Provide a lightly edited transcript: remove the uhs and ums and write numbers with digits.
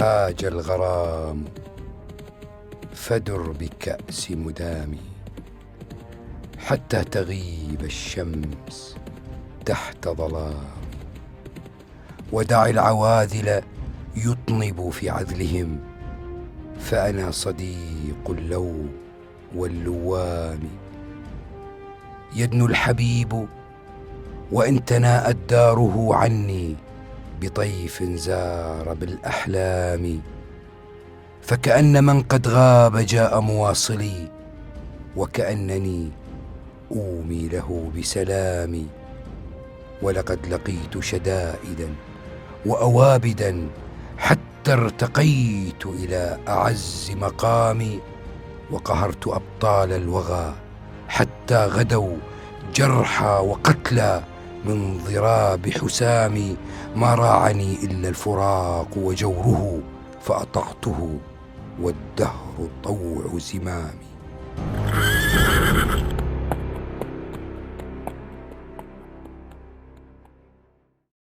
هاج الغرام فدر بكأس مدامي حتى تغيب الشمس تحت ظلام. ودع العواذل يطنب في عذلهم فأنا صديق اللوم واللوام. يدنو الحبيب وإن تناءت داره عني بطيف زار بالأحلام، فكأن من قد غاب جاء مواصلي وكأنني أومي له بسلامي. ولقد لقيت شدائدا وأوابدا حتى ارتقيت إلى أعز مقامي، وقهرت أبطال الوغى حتى غدوا جرحى وقتلى من ضراب حسامي. ما راعني إلا الفراق وجوره فأطعته والدهر طوع زمامي.